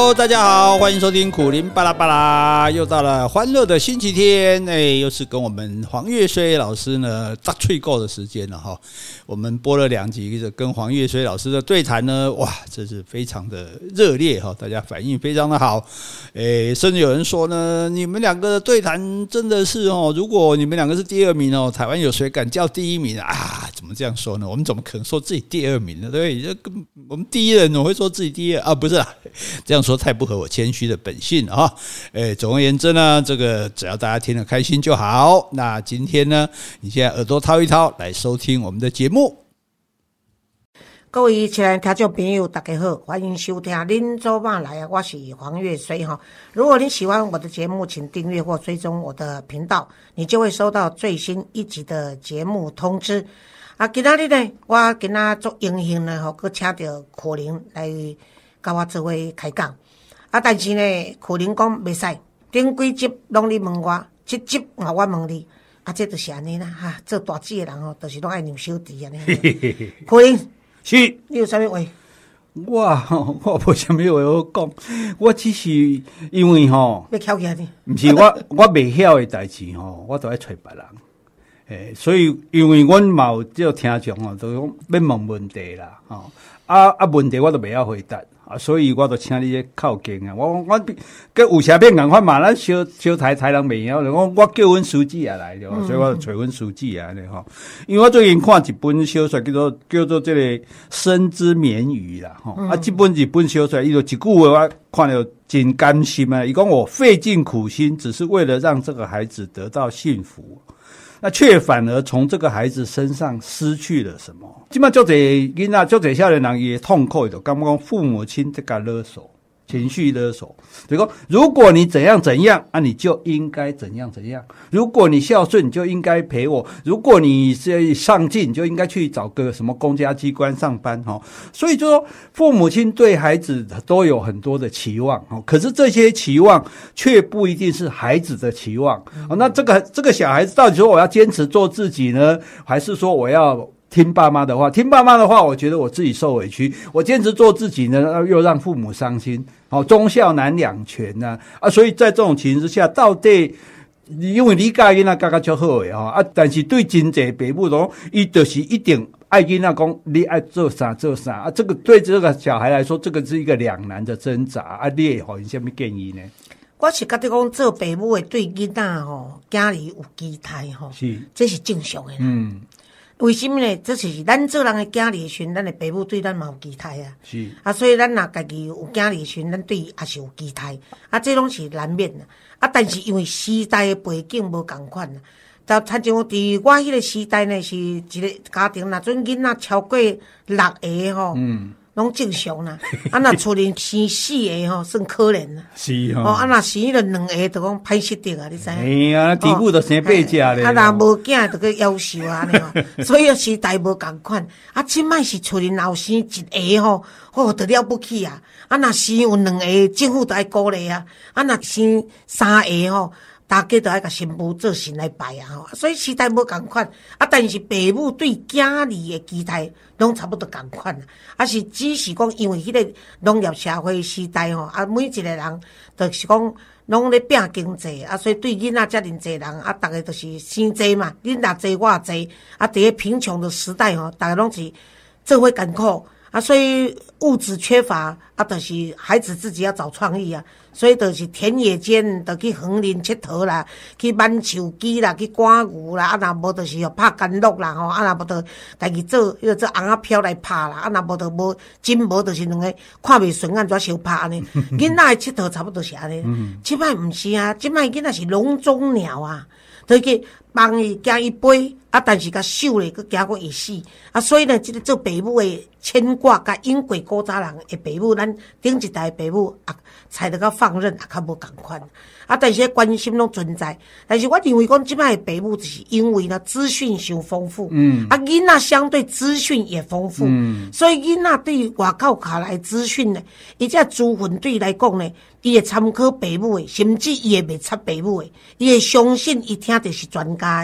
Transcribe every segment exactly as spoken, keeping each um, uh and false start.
Hello， 大家好，欢迎收听苦苓巴拉巴拉，又到了欢乐的星期天，哎，又是跟我们黄岳绥老师呢大吹够的时间了哈。我们播了两集跟黄岳绥老师的对谈呢，哇，这是非常的热烈哈，大家反应非常的好，哎，甚至有人说呢，你们两个的对谈真的是哦，如果你们两个是第二名哦，台湾有谁敢叫第一名啊？怎么这样说呢？我们怎么可能说自己第二名呢？对不对？我们第一人怎么会说自己第二啊？不是啦，这样说太不合我谦虚的本性啊！哎，总而言之呢，这个只要大家听得开心就好。那今天呢，你现在耳朵掏一掏，来收听我们的节目。 各位亲爱的听众朋友，大家好，欢迎收听恁做嘛来啊！我是黄岳绥哈。如果你喜欢我的节目，请订阅或追踪我的频道，你就会收到最新一集的节目通知。啊，今仔日呢，我今仔足荣幸呢，吼，佮请到苦苓来甲我做伙开讲。啊，但是呢，苦苓讲袂使，顶几集拢你问我，这集啊我问你，啊，这就是安尼啦哈。做大姊的人吼，就是拢爱让小弟安尼。苦苓是， 你有啥物话？ 我我无啥物话好讲，我只是因为吼， 要翘起来呢？ 毋是我我袂晓的代志吼，我都爱找别人。诶，所以因为阮嘛有这听众吼，都讲要问问题啦，吼啊啊问题我都袂晓回答啊，所以我都请你这靠近啊。我我跟有啥变共款嘛，咱小小台台人袂晓，就讲我叫阮书记也来了，所以我就找阮书记啊，尼吼。因为我最近看一本小说，叫做叫做这个《生之眠语》啦，吼、嗯、啊，这本一本小说，伊就一句话我看了真甘心啊。伊讲我费尽苦心，只是为了让这个孩子得到幸福。那却反而从这个孩子身上失去了什么？现在很多囡仔、很多少年人也痛苦，就感觉讲父母亲这个勒索、情绪勒索。就说如果你怎样怎样啊，你就应该怎样怎样；如果你孝顺，你就应该陪我；如果你是上进，你就应该去找个什么公家机关上班哈。所以就说父母亲对孩子都有很多的期望，可是这些期望却不一定是孩子的期望。那这个这个小孩子到底说我要坚持做自己呢，还是说我要听爸妈的话？听爸妈的话，我觉得我自己受委屈；我坚持做自己呢，又让父母伤心。好，忠孝难两全呐、啊！啊，所以在这种情形之下，到底因为你家囡仔教教较好诶吼啊，但是对真济父母讲，伊就是一定爱囡仔讲，你爱做啥做啥啊。这个对这个小孩来说，这个是一个两难的挣扎啊。你会给伊什么建议呢？ 我是觉得讲做父母的对囡仔吼，家里有期待吼，是这是正常的啦。嗯。为什么呢？这是咱做人的囝儿的时阵，咱的父母对咱嘛有期待啊。是啊，所以咱若家己有囝儿的时阵，咱对伊也是有期待。啊，这拢是难免的。啊，但是因为时代的背景无共款啦，就参像伫我迄个时代呢，是一个家庭若准囡仔超过六个吼。嗯。拢正常啦，啊，若厝里生四个吼，算可怜啦。是吼、哦，啊，若生了两个，就讲歹势得啊，你知影？哎呀，地母就生八只咧。 啊，若无囝，就去夭寿啊，尼吼。所以时代无共款。啊，即摆是厝里若有生一个吼，哦，就了不起啊。啊，若生有两个，政府就爱鼓励啊。啊，若生三个吼。大家都爱甲新妇做神来拜啊吼，所以时代无共款啊，但是父母对囝儿的期待拢差不多共款啊，啊是只是讲因为迄个农业社会时代吼，啊每一个人就是讲拢咧拼经济啊，所以对囡仔遮尔济人啊，逐个都是生济嘛，囡仔济我济啊，伫个贫穷的时代吼，逐个拢是做伙艰苦。啊，所以物质缺乏啊，就是孩子自己要找创意啊，所以就是田野间就去园林佚佗啦，去挽树枝啦，去赶牛啦，啊，若无就是哦拍干乐啦吼，啊，若无就家己做迄个做红仔飘来拍啦，啊，若无就无真无就是两个看袂顺眼，怎相拍安尼。囡仔的佚佗差不多是安尼，即摆毋是啊，即摆囡仔是笼中鸟啊。就去帮伊加一杯啊，但是甲手咧，佮加过会死啊，所以呢，即、這个做父母的牵挂，甲因过古早人的父母，咱顶一代父母啊，才得较放任，也较无共款啊。但是关心拢存在，但是我认为讲即摆的父母，就是因为呢资讯伤丰富，嗯，啊囡仔相对资讯也丰富，嗯，所以囡仔对外口下来资讯呢，伊这资讯对伊来讲呢，伊会参考父母的，甚至伊会袂插父母的，伊会相信伊听的是专家的。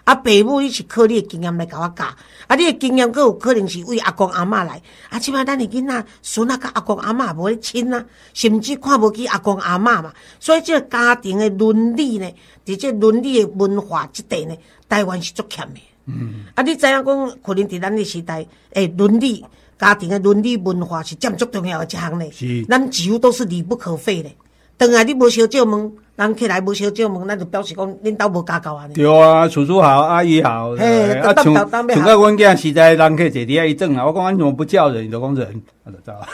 啊，爸母你是靠你的经验来甲我教，啊，你的经验佫有可能是为阿公阿嬷来，啊，即摆咱的囡仔孙仔甲阿公阿嬷无咧亲啊，甚至看无起阿公阿嬷嘛，所以这个家庭的伦理呢，伫这伦理的文化这块呢，台湾是足欠的。嗯，啊，你知影讲，可能伫咱的时代，诶，伦理家庭的伦理文化是占足重要的一项呢， 是， 咱几乎都是理不可废的。当来你无烧借问，人起来无烧借问，咱就表示讲恁兜无家教安尼。 对啊，叔叔好，阿姨好。 嘿， 啊，像像到阮囝时代，人客坐伫遐一阵啊，我讲你怎么不叫人，你就讲人，我就走啊。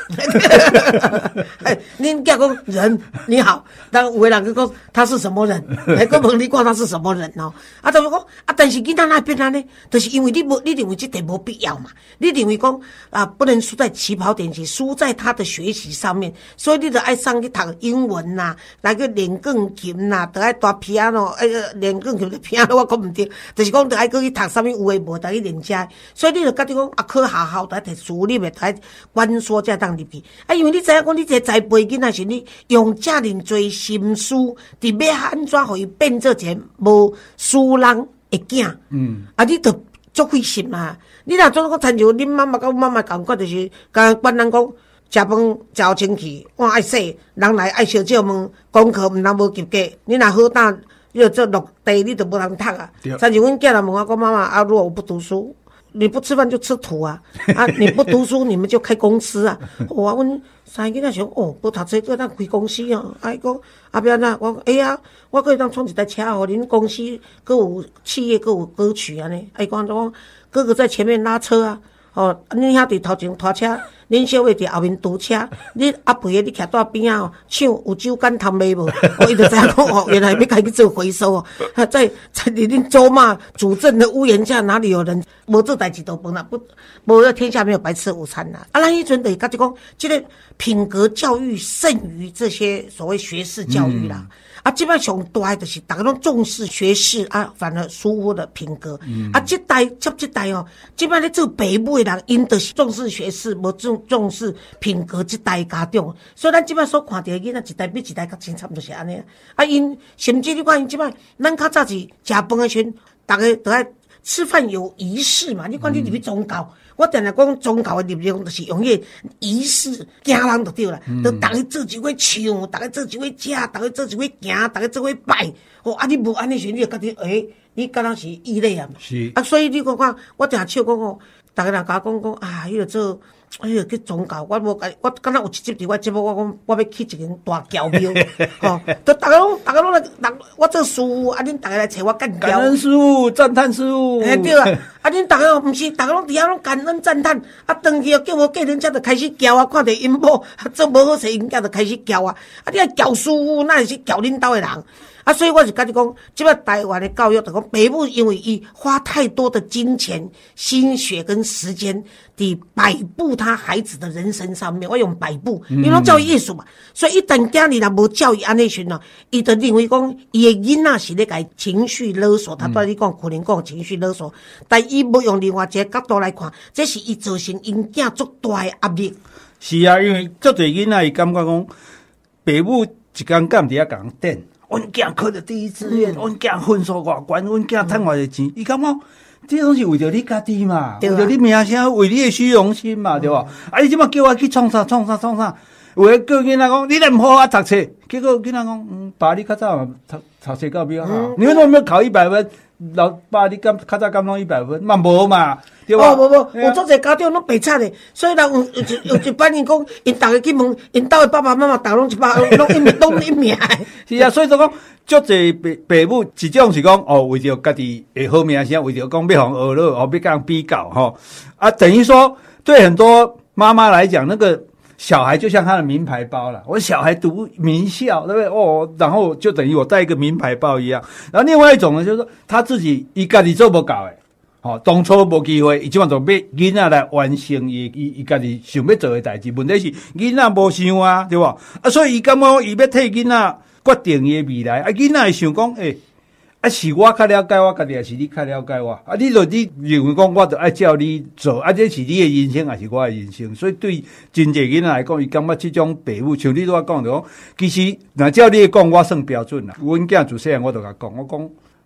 恁叫讲人你好，但有的人去讲他是什么人，来讲问你讲他是什么人哦。啊，就是讲啊，但是囡仔那变安尼，就是因为你无，你认为这点无必要嘛？你认为讲啊，不能输在起跑点，是输在他的学习上面，所以你就爱上去读英文呐，来个练钢琴呐，就爱大 piano， 哎，练钢琴的 piano 我讲唔对，就是讲就爱去读啥物有诶无，就去练遮，所以你就觉得讲啊，考学校就爱摕私立的，就爱关锁才当入去。啊，因为你知影讲，你这栽培囡仔是你用遮尔多心思，伫要安怎互伊变做一个无输人的囝。嗯，啊，你着足费心啊！你若做个亲像恁妈妈甲阮妈妈共款，就是甲管咱讲。食饭食好清气，碗爱洗，人来爱烧借问，功课毋通无及格。你若好打，你就做落地，你就无通读啊。亲像阮囝来问我讲妈妈啊，如果我不读书，你不吃饭就吃土啊！啊，你不读书，你们就开公司啊！我阮三个囡仔想，哦，不读册，个当开公司哦。啊，伊讲啊，不要啦，我哎呀，我可以当创一台车，互恁公司佮有企业佮有歌曲安尼。啊，伊讲讲哥哥在前面拉车啊，哦，恁兄弟头前拖车。恁小妹伫后面堵车，你阿肥个你徛在边啊？抢有酒干通卖无？我伊就知影讲哦，原来要开去做回收哦。在在恁咒骂主政的屋檐下，哪里有人无做代志都饭啦？不，无要天下没有白吃午餐啦。啊，咱迄阵就甲就讲，这个品格教育胜于这些所谓学士教育啦。嗯啊，基本上大就是大家都重视学识啊，反而疏忽了品格。嗯、啊，这代接这代哦，基本咧做爸母的人，因就是重视学识，无重重视品格，这代家长。所以咱基本所看到的囡仔一代比一代较清差不多是安尼。啊，因甚至你看因基本，咱较早是食饭的时阵，大家都爱吃饭有仪式嘛。你看你入去宗教。嗯我定定讲宗教的力量，就是用迄个仪式惊人就对啦，就逐个做一伙唱，逐个做一伙食，逐个做一伙行，逐个做一伙拜。哦，啊，你无安尼时，你就觉得诶，你敢若是异类啊？ 是啊，所以你讲看，我定笑讲哦，逐个人甲我讲讲啊，迄个做。哎呀，去宗教，我无，我敢若有一集伫我节目，我讲我要去一间大教庙，吼，都大家拢，大家拢来，人我做师傅，啊，恁大家来找我干教。 感恩师傅，赞叹师傅。 哎，对啊，啊，恁大家毋是，大家拢伫遐拢感恩赞叹，啊，当去叫无叫人家就开始教啊，看着因某做无好势，因家就开始教啊，啊，你爱教师傅，那是教恁兜的人。啊，所以我是甲你讲，即摆台湾的教育就讲，爸母因为伊花太多的金钱、心血跟时间，伫摆布他孩子的人生上面。我用摆布，因为教育艺术嘛，所以一旦囝儿若无教育安尼时呢，伊就认为讲，伊的囡仔是咧甲情绪勒索。他对你讲，可能讲情绪勒索，但伊无用另外一个角度来看，这是伊造成因囝足大的压力。 是啊，因为足侪囡仔伊感觉讲，爸母一工干伫遐共等。阮囝考着第一志愿，阮囝分数偌悬，阮囝趁偌济钱，伊感觉这拢是为着你家己嘛，为着你名声，为你的虚荣心嘛，对吧？啊，你即马叫我去创啥创啥创啥，有诶叫囡仔讲，你来毋好啊读册，结果囡仔讲，嗯，爸你较早读读册到比较好，你为什么没有考一百分？老爸，你敢较早敢弄一百分？嘛无嘛，对吧？ 无无无，有足侪家长拢白惨诶，所以人有有一有一班人讲，因逐个去问，因兜诶爸爸妈妈，逐拢一百，拢一名拢一名。 是啊，所以说讲，足侪爸爸母一种是讲哦，为着家己会好名声，为着讲要互学乐，哦，要甲人比较吼、哦、啊，等于说对很多妈妈来讲，那个。小孩就像他的名牌包啦，我小孩读名校，对不对？哦，然后就等于我带一个名牌包一样。然后另外一种呢，就是说他自己伊家己做不到诶，哦，当初无机会，伊即满就要囡仔来完成伊伊伊家己想要做诶代志。问题是囡仔无想啊，对吧？啊，所以伊感觉伊要替囡仔决定伊诶未来。啊，囡仔会想讲，诶、欸。啊，是我较了解我家己，还是你较了解我？啊，你就你认为讲，我就爱照你做，啊，这是你的人生，还是我的人生？所以对真侪囡仔来讲，伊感觉这种爸母，像你拄仔讲着讲，其实若照你讲，我算标准啦。阮囝自细汉我就甲讲，我讲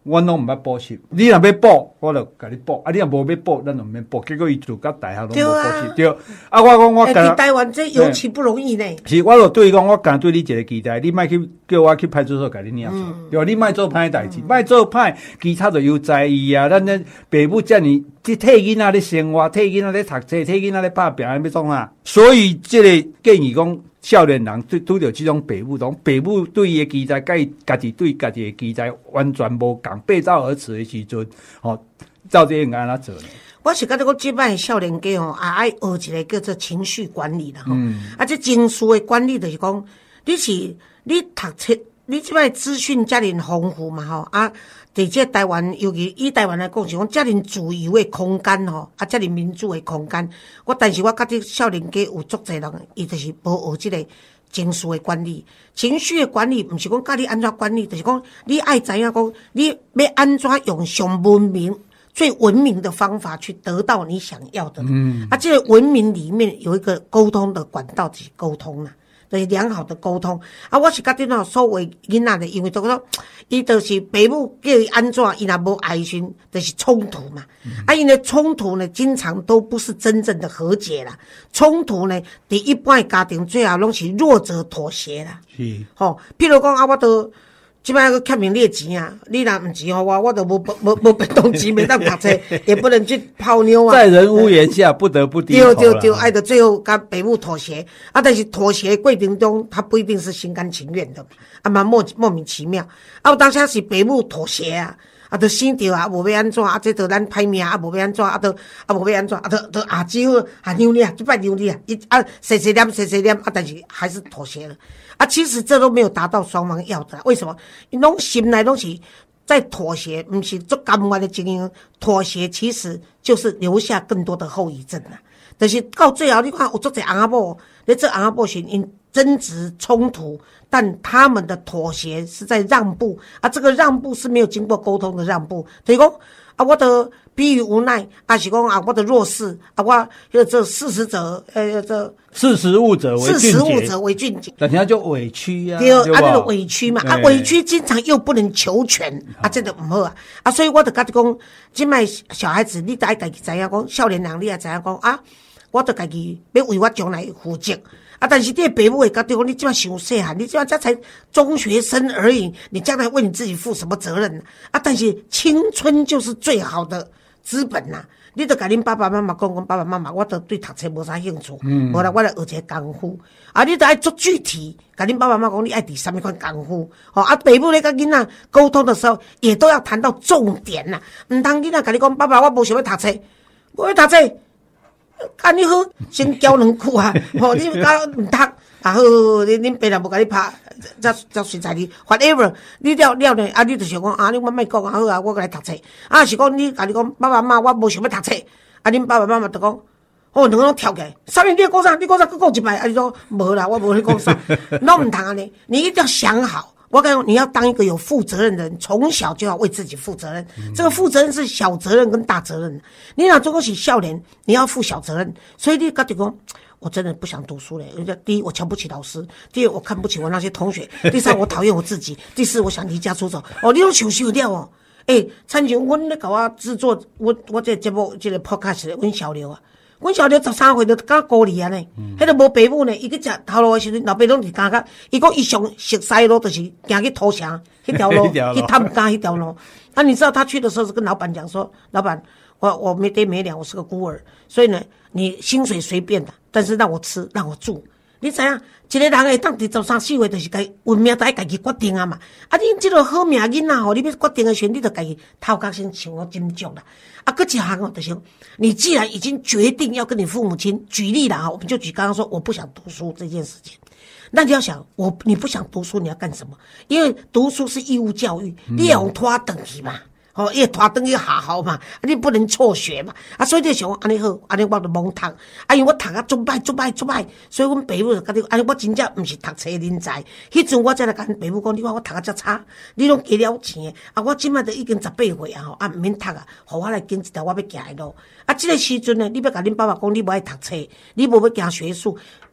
阮拢毋捌补习，你若要补，我就甲你补；啊，你若无要补，咱就毋免补。结果伊就到大学拢无补习，对。啊，我讲我干。台湾这尤其不容易呢。 是，我就对伊讲，我干对你一个期待，你莫去叫我去派出所甲你领出，嗯、对吧？你莫做歹代志，莫、嗯、做歹，其他就有在意啊。咱这爸母遮尔，即替囡仔咧生活，替囡仔咧读册，替囡仔咧打拼，要创啊？所以这个建议讲。少年人对拄着即种爸母，种爸母对伊的期待，甲伊家己对家己的期待完全无共，背道而驰的时阵，吼、哦，照这应该安怎做呢？ 我是觉得讲即摆少年家吼，也爱学一个叫做情绪管理啦吼。嗯、啊，这情绪的管理就是讲，你是你读册，你即摆资讯遮尔丰富嘛吼啊。伫这台湾，尤其以台湾来讲，是讲遮尔自由的空间吼，啊，遮尔民主的空间。我但是我觉得少年家有足侪人，伊就是无学即个情绪的管理。情绪的管理，毋是讲教你安怎管理，就是讲你爱知影讲，你要安怎用上文明、最文明的方法去得到你想要的。嗯。啊，这个文明里面有一个沟通的管道，就是沟通啦。就是良好的沟通啊！我是觉得喏，所谓囡仔的，因为都说，伊就是爸母叫伊安怎，伊若无爱心，就是冲突嘛。嗯、啊，因为冲突呢，经常都不是真正的和解啦。冲突呢，伫一般的家庭最后拢是弱者妥协啦。是，吼、哦，譬如讲啊，我都。即摆个欠名你的钱啊！你若毋钱互我，我都无无无被动机，没当读册，也不能去泡妞啊。 在人屋檐下，不得不低头。 对对对，爱到最后跟爸母妥协啊！但是妥协过程中，他不一定是心甘情愿的，啊嘛莫莫名其妙。啊，有当下是爸母妥协啊，啊，都生着啊，无要安怎啊？这都咱歹命啊，无要安怎啊？都啊无要安怎啊？都都下只好啊扭你啊，即摆扭你啊，一啊细细念细细念啊，但是还是妥协了。啊，其实这都没有达到双方要的，为什么？拢心内拢是在妥协，不是做甘愿的经营。妥协其实就是留下更多的后遗症啦。但是到最后，你看有做者翁仔某，你这翁仔某是因争执冲突，但他们的妥协是在让步啊，这个让步是没有经过沟通的让步，所以讲啊，我的逼于无奈，啊是讲啊，我的弱势啊，我这这事实者，呃，这识时务者为俊杰， 识时务者为俊杰， 人家就委屈呀、啊， 对啊，那个委屈嘛，啊，委屈经常又不能求全，啊，这个唔好啊，啊，所以我就觉得讲，即卖小孩子，你得爱家己知影讲，少年人你也知影讲啊，我得家己要为我将来负责。啊！但是你的爸母会觉得讲，你这么小细汉，你这么这才中学生而已，你将来为你自己负什么责任啊？但是青春就是最好的资本呐、啊！你得甲恁爸爸妈妈讲讲，爸爸妈妈，我都对读册无啥兴趣，嗯，无啦，我来学一个功夫啊！你得爱做具体，甲恁爸爸妈妈讲，你爱伫什么款功夫？哦啊！爸母咧甲囡仔沟通的时候，也都要谈到重点呐、啊，唔通囡仔甲你讲，爸爸，我无想要读册，无要读册。干你好，先教两句啊！吼，你教唔读，啊好，恁恁爸若无甲你拍，则则随在你 ，whatever， 你了了呢？啊，你就想讲啊，你我莫讲啊，好啊，我来读册。啊，是讲你甲你讲，爸爸妈妈，我无想要读册。啊，恁爸爸妈妈就讲，哦，两个人跳起来，啥物你讲啥？你讲啥？佮讲一摆。啊，你说无啦，我无你讲啥，拢唔通安尼。你一定要想好。我跟你说，你要当一个有负责任的人，从小就要为自己负责任。嗯、这个负责任是小责任跟大责任。你若做过是少年，你要负小责任。所以你觉得讲，我真的不想读书了。人家第一，我瞧不起老师；第二，我看不起我那些同学；第三，我讨厌我自己；第四，我想离家出走。哦，你都想想了哦。诶，参像阮咧甲我制作，我我这节目这个 podcast， 阮小刘啊。阮小刘十三岁就甲孤儿啊呢，迄个无爸母呢，伊去食头路的时阵，老爸拢是感觉，伊讲伊上熟悉的路就是行去土城迄条路，去探干迄条路。啊，你知道他去的时候是跟老板讲说，老板，我我没爹没娘，我是个孤儿，所以呢，你薪水随便的，但是让我吃，让我住。你知影，一个人会当伫十三四岁，就是家运命在家己决定啊嘛。啊，你这个好命囡仔吼，你要决定的时候，你就家己头壳先想好斟酌啦。啊，搁一项哦，就是你既然已经决定要跟你父母亲，举例啦，我们就举刚刚说我不想读书这件事情，那你要想，我你不想读书，你要干什么？因为读书是义务教育，你要用拖等去嘛。哦，伊拖灯去下校嘛，你不能辍学嘛，啊，所以你想安尼好，安尼我就懵读，啊，因为我读啊足歹足歹足歹，所以阮爸母就甲你，安尼我真正毋是读册人才，迄阵我才来甲阮爸母讲，你看我读啊遮差，你拢加了钱，啊，我即摆都已经十八岁啊吼，啊，毋免读啊，互我来经一条我要行的路，啊，即个时阵呢，你要甲恁爸爸讲，你无爱读册，你无要行学术。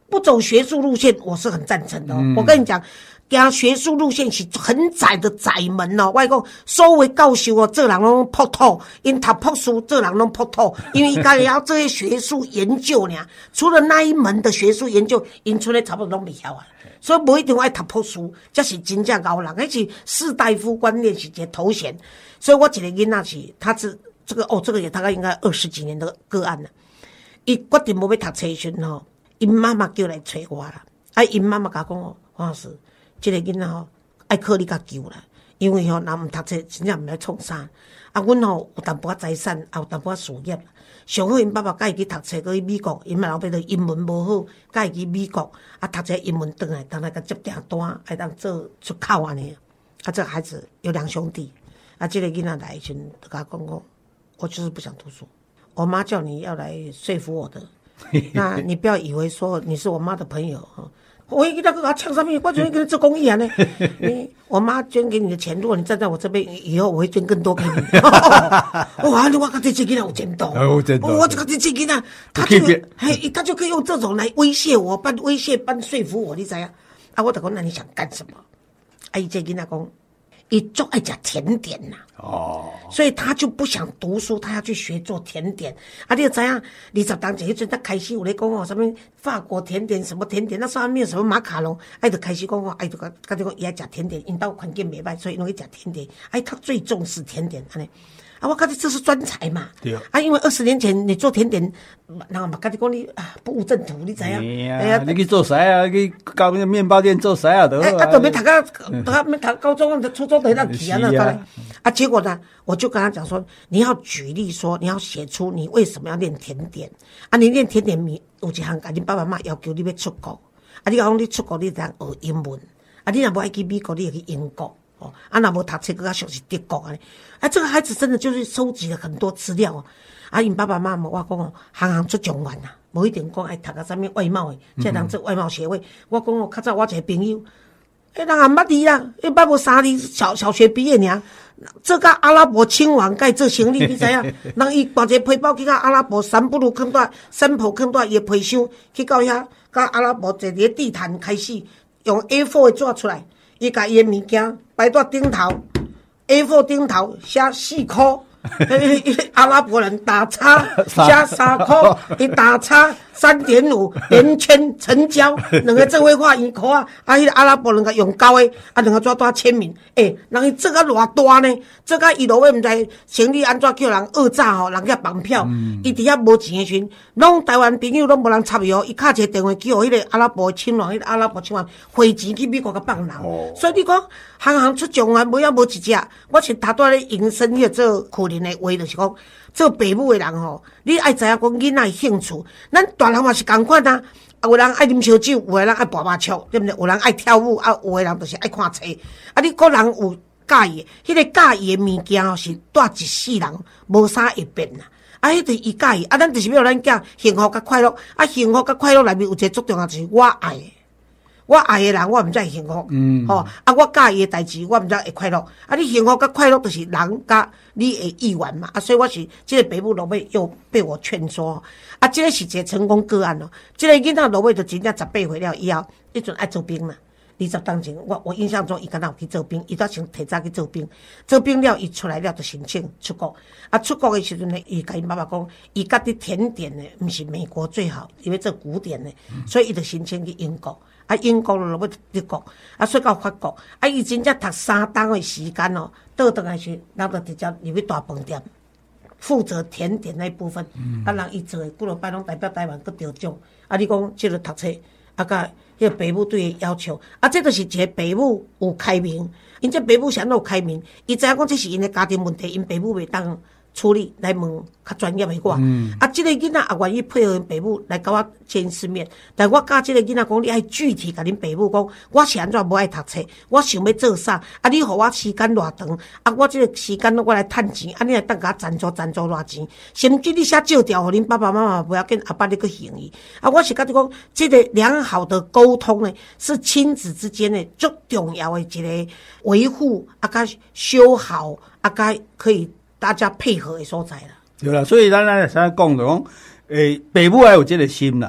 不走学术路线，我是很赞成的、哦嗯。我跟你讲，行学术路线是很窄的窄门哦。我讲，所谓教授哦，这人拢破土，因读博士，这人拢破土，因为伊家己要这些学术研究呢。除了那一门的学术研究，因出来差不多拢未晓啊。所以不一定爱读博士，这是真正高人，那是士大夫观念是一个头衔。所以我一个囡仔是，他是这个哦，这个也大概应该二十几年的个案了。伊决定无要读册时吼，因妈妈叫来找我啦。啊，因妈妈甲讲哦，黄老师，这个囡仔吼爱靠你甲救啦，因为吼若毋读册，真正毋知创啥。啊，阮吼有淡薄仔财产，也有淡薄仔事业。上好因爸爸甲伊去读册，去美国，因老爸就英文无好，甲伊去美国啊读这英文转来，当来甲接订单，还当做出口安尼。啊，这个孩子有两兄弟，啊，这个囡仔来时就甲讲讲，我就是不想读书，我妈叫你要来说服我的，那你不要以为说你是我妈的朋友哈。我一那个他抢上面，我就会跟你做公益啊呢。你我妈捐给你的钱，如果你站在我这边，以后我会捐更多给你。哇，你我看这这囡仔有前途，有前途。我这个这这囡仔，他就嘿，他就可以用这种来威胁我，半威胁半说服我，你知呀？啊，我就讲那你想干什么？啊，伊这囡仔讲，伊就爱吃甜点呐、啊。哦，所以他就不想读书，他要去学做甜点。啊，你就知影，二十当前迄阵，他开始有咧讲哦，什么法国甜点，什么甜点，那上面有什么马卡龙，哎，就开始讲哦，哎，就甲甲就讲伊爱食甜点，因兜环境袂歹，所以拢去食甜点。哎，他最重视甜点，安尼。啊，我感觉这是专才嘛。对啊。啊，因为二十年前你做甜点，人嘛感觉讲你啊不务正途，你知影？ 哎呀，你去做啥啊？去搞那面包店做啥啊？都。 哎，啊，都没读到，读没读高中，初中都那去啊那。啊，结果呢，我就跟他讲说，你要举例说，你要写出你为什么要练甜点。啊，你练甜点，你有一项，你爸爸妈妈要求你要出国。啊，你讲你出国，你得学英文。啊，你若无爱去美国，你会去英国。哦，啊，那无读册，更加像是德国啊！啊，这个孩子真的就是收集了很多资料哦。啊，因爸爸妈妈我讲哦，行行出状元啊，无一定讲爱读个啥物外贸的，即人做外贸协会。我讲哦，较早我一个朋友，迄人也捌字啦，迄捌无三字，小小学毕业尔，做甲阿拉伯亲王该做生意，你知影？人伊搬一个皮包去到阿拉伯，三不如坑带，三浦坑带伊的皮箱，去到遐，甲阿拉伯坐伫个地毯开始用 A 四 的纸出来。伊甲伊诶物件摆在顶头 ，A 四 顶头写四块，阿拉伯人打叉写三块，伊打叉三点五连签成交，两个做伙画圆块啊，啊，迄个阿拉伯人甲用胶诶，啊，两个纸带签名，诶、欸，人伊做甲偌大呢，做甲伊落尾毋知行李安怎叫人讹诈吼，人家绑票，伊伫遐无钱诶时阵，拢台湾朋友拢无人插伊哦，伊敲一个电话叫迄个阿拉伯亲王，迄个阿拉伯亲王汇钱去美国甲放人，哦、所以你讲行行出状元，无也无一只，我是头拄咧延伸迄个做可能诶话，就是讲。做爸母的人吼，你爱知影讲囡仔兴趣，咱大人嘛是共款啊。啊，有人爱啉烧酒，有的人爱跋麻将，对不对？有人爱跳舞，啊，有的人就是爱看册。啊，你个人有介意，迄、那个介意的物件吼，是带一世人无啥会变啦。啊，迄个伊介意，啊，咱就是要咱囝幸福甲快乐。啊，幸福甲快乐内面有一个最重要就是我爱的。我爱的人，我毋才会幸福。嗯，吼、哦，啊，我介意的代志，我毋才会快乐。啊，你幸福甲快乐，就是人甲你的意愿嘛。啊，所以我是这个爸母落尾又被我劝说。啊，这个是一个成功个案哦。这个囡仔落尾就真正十八岁了以后，迄阵爱做兵啦。二十当前，我我印象中伊敢若有去做兵，伊都先提早去做兵。做兵了，伊出来了就申请出国。啊，出国的时阵呢，伊甲伊妈妈讲，伊家己甜点呢，毋是美国最好，因为做古典呢，所以伊就申请去英国。啊，英国落尾德国，啊，说到法国，啊，伊真正读三档的时间哦，倒转来时，人就直接入去大饭店，负责甜点那部分。嗯、啊，人伊做的几落摆拢代表台湾去得奖。啊，你讲即个读册，啊，甲迄个爸母对伊要求，啊，这就是一个爸母有开明，因这爸母啥都有开明，伊知影讲这是因的家庭问题，因爸母袂当处理来问较专业的我。嗯、啊，这个囡仔也愿意配合因爸母来甲我见世面，但我教这个囡仔讲，你爱具体甲恁爸母讲，我是安怎无爱读册，我想要做啥，啊，你互我时间偌长，啊，我这个时间我来趁钱，啊，你来当甲我赞助赞助偌钱，甚至你写借条，互恁爸爸妈妈不要紧，阿爸你去行伊。啊，我是甲你讲，这个良好的沟通呢，是亲子之间的最重要的一个维护，啊，甲修好，啊，甲可以。大家配合的所在啦， 对啦，所以咱咱才讲就讲，诶，爸母还有这个心啦，吼，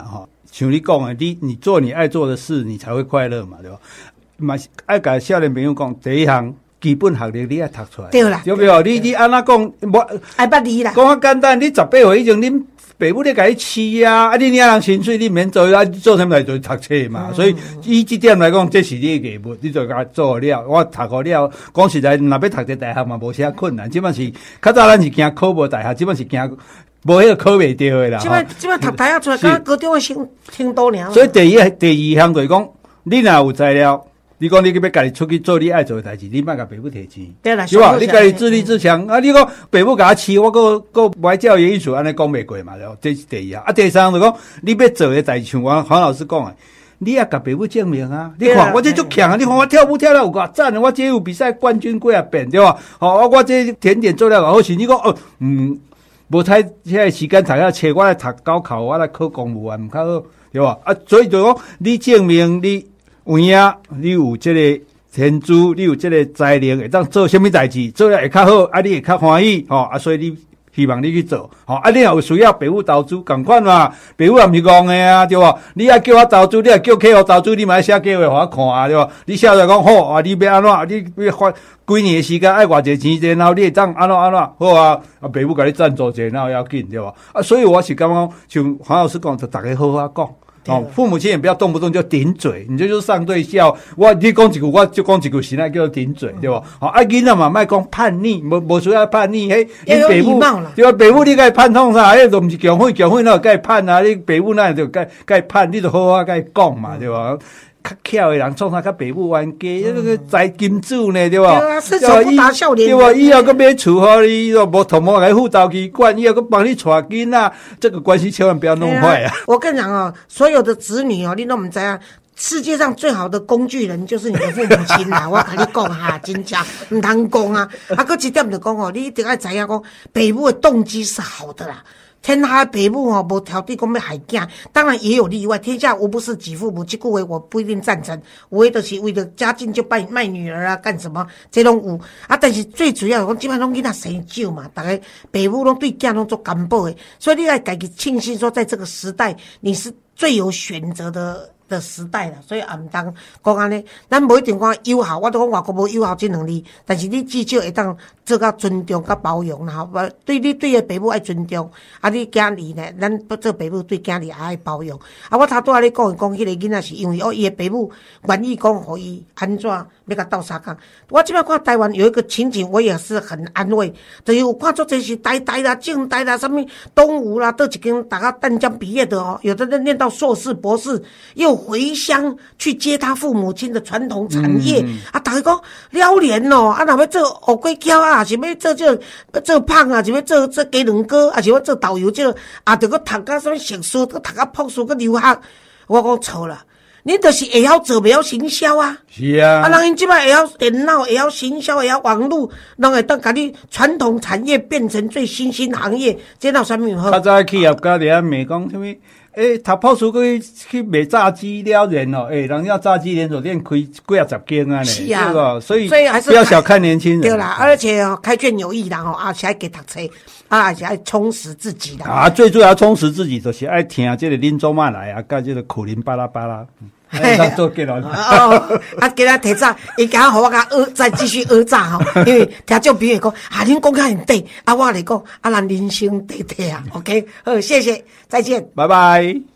像你讲的，你你做你爱做的事，你才会快乐嘛，对吧？嘛爱甲少年朋友讲，第一项基本学历你要读出来， 对啦， 对不对？你你安那讲，我爱捌字啦， 讲啊简单，你十八岁以前，恁爸母咧甲你饲啊，啊你领人薪水，你免做啊，做啥物来做读册嘛？嗯、所以以这点来讲，这是你的义务，你就甲做了。我读好了，讲实在，若要读一大学嘛，无啥困难。即摆是较早咱是惊考无大学，即摆是惊无迄个考袂着的啦。 即摆即摆读大学出来，敢高中的程程度尔。 所以第一第二项就是讲，你若有材料。你讲你要家己出去做你爱做的代志，你莫甲爸母摕钱， 对啦， 是吧？你家己自立自强、嗯、啊！你讲爸母甲我饲，我个个歪教育意思安尼讲袂过嘛？对，这是第二项。啊，第三就讲你要做的代志，像我黄老师讲的，你也甲爸母证明啊！你看我这足强啊！你看我跳舞跳了有偌赞啊！我这有比赛冠军几啊遍，对吧？哦，我这甜点做了偌好势，你讲哦，嗯，无太现在时间读遐册，我来读高考，我来考公务员，毋较好，对吧？啊，所以就讲你证明你。有影，你有这个天资，你有这个才能，会当做什么代志，做了会较好，啊，你会较欢喜，吼、哦，啊，所以你希望你去做，吼、哦，啊，你若有需要爸母投资，同款嘛，爸母也毋是戆的啊，对吧？你要叫我投资，你也叫客户投资，你嘛要写计划互我看啊，对吧？你写来讲好啊，你要安怎？你要花几年的时间，爱偌济钱，然后你会当安怎安怎好啊？啊，爸母甲你赞助者，然后要紧，对吧？啊，所以我是感觉像黄老师讲，就大家好好讲。哦，父母亲也不要动不动就顶嘴，你这就是上对下。我你讲一句，我就讲一句，现在叫做顶嘴，对吧？好、嗯，啊，囡仔嘛，莫讲叛逆，无无需要叛逆，嘿，你爸母对吧？爸母你该叛创啥？迄都毋是强婚，强婚那该叛啊！你爸母那就该该叛，你就好好该讲嘛，对吧？较巧的人创啥较爸母冤家，那个财金主呢，对吧？对啊， 伸手不打笑脸人。 对吧？以后佫买厝互你，无同无来辅导机关，以后佫帮你带囡仔，这个关系千万不要弄坏啊！ 我跟你讲哦，所有的子女哦，你都唔知啊。世界上最好的工具人就是你的父母亲啦，我跟你讲哈，真正唔通讲啊！啊，佫一点就讲哦，你一定要知影讲，爸母的动机是好的啦。天下的父母吼，无挑剔讲要害囝，当然也有例外。天下无不是己父母，这句话我不一定赞成。有的就是为了家境就卖卖女儿啊，干什么？这拢有啊。但是最主要讲，基本上拢囡仔生少嘛，大家父母拢对囝拢做干保的，所以你来家己庆幸说，在这个时代，你是最有选择的。的时代啦，所以也唔当讲安尼，咱无一定讲友好，我都讲外国无友好这两字，但是你至少会当做甲尊重甲包容啦，吼，对你对个爸母爱尊重，啊，你囝儿呢，咱做爸母对囝儿也爱包容。啊，我头拄仔咧讲讲，迄个囡仔是因为哦，伊个爸母愿意讲，互伊安怎要甲斗相共。我即摆看台湾有一个情景，我也是很安慰，就是有看做这是台大啦、政大啦、什么东吴啦，都已经大家淡江毕业的哦，有的人念到硕士、博士，又回乡去接他父母亲的传统产业、嗯、啊！大家讲了连哦，啊，若要做乌龟桥啊，是要做这个做胖啊，是要做做鸡卵糕，啊，是要做导游这个啊，得个读个什么碩士，得读个博士，个留学，我讲错了。你就是会晓做，袂晓行销啊！ 是啊， 啊，人因即摆会晓电脑，会晓行销，会晓网络，拢会当甲你传统产业变成最新兴行业，这闹啥物好？ 较早企业家伫遐骂讲啥物？诶，读博士去去卖炸鸡了然哦，诶，人家炸鸡连锁店开几啊十间啊呢， 是啊， 对吧？所以所以还是不要小看年轻人， 对啦，而且哦，开卷有益啦吼，而且还给读册，啊，而且还充实自己啦。 啊，最主要充实自己就是爱听这个林州骂来啊，甲这个苦林巴拉巴拉。哎，当做结论。 哦，啊，今仔提早，伊今仔互我甲学，再继续学早吼，因为听众朋友讲，啊，恁讲较很对，啊，我来讲，啊，咱人生对对啊 ，OK， 好，谢谢，再见， 拜拜。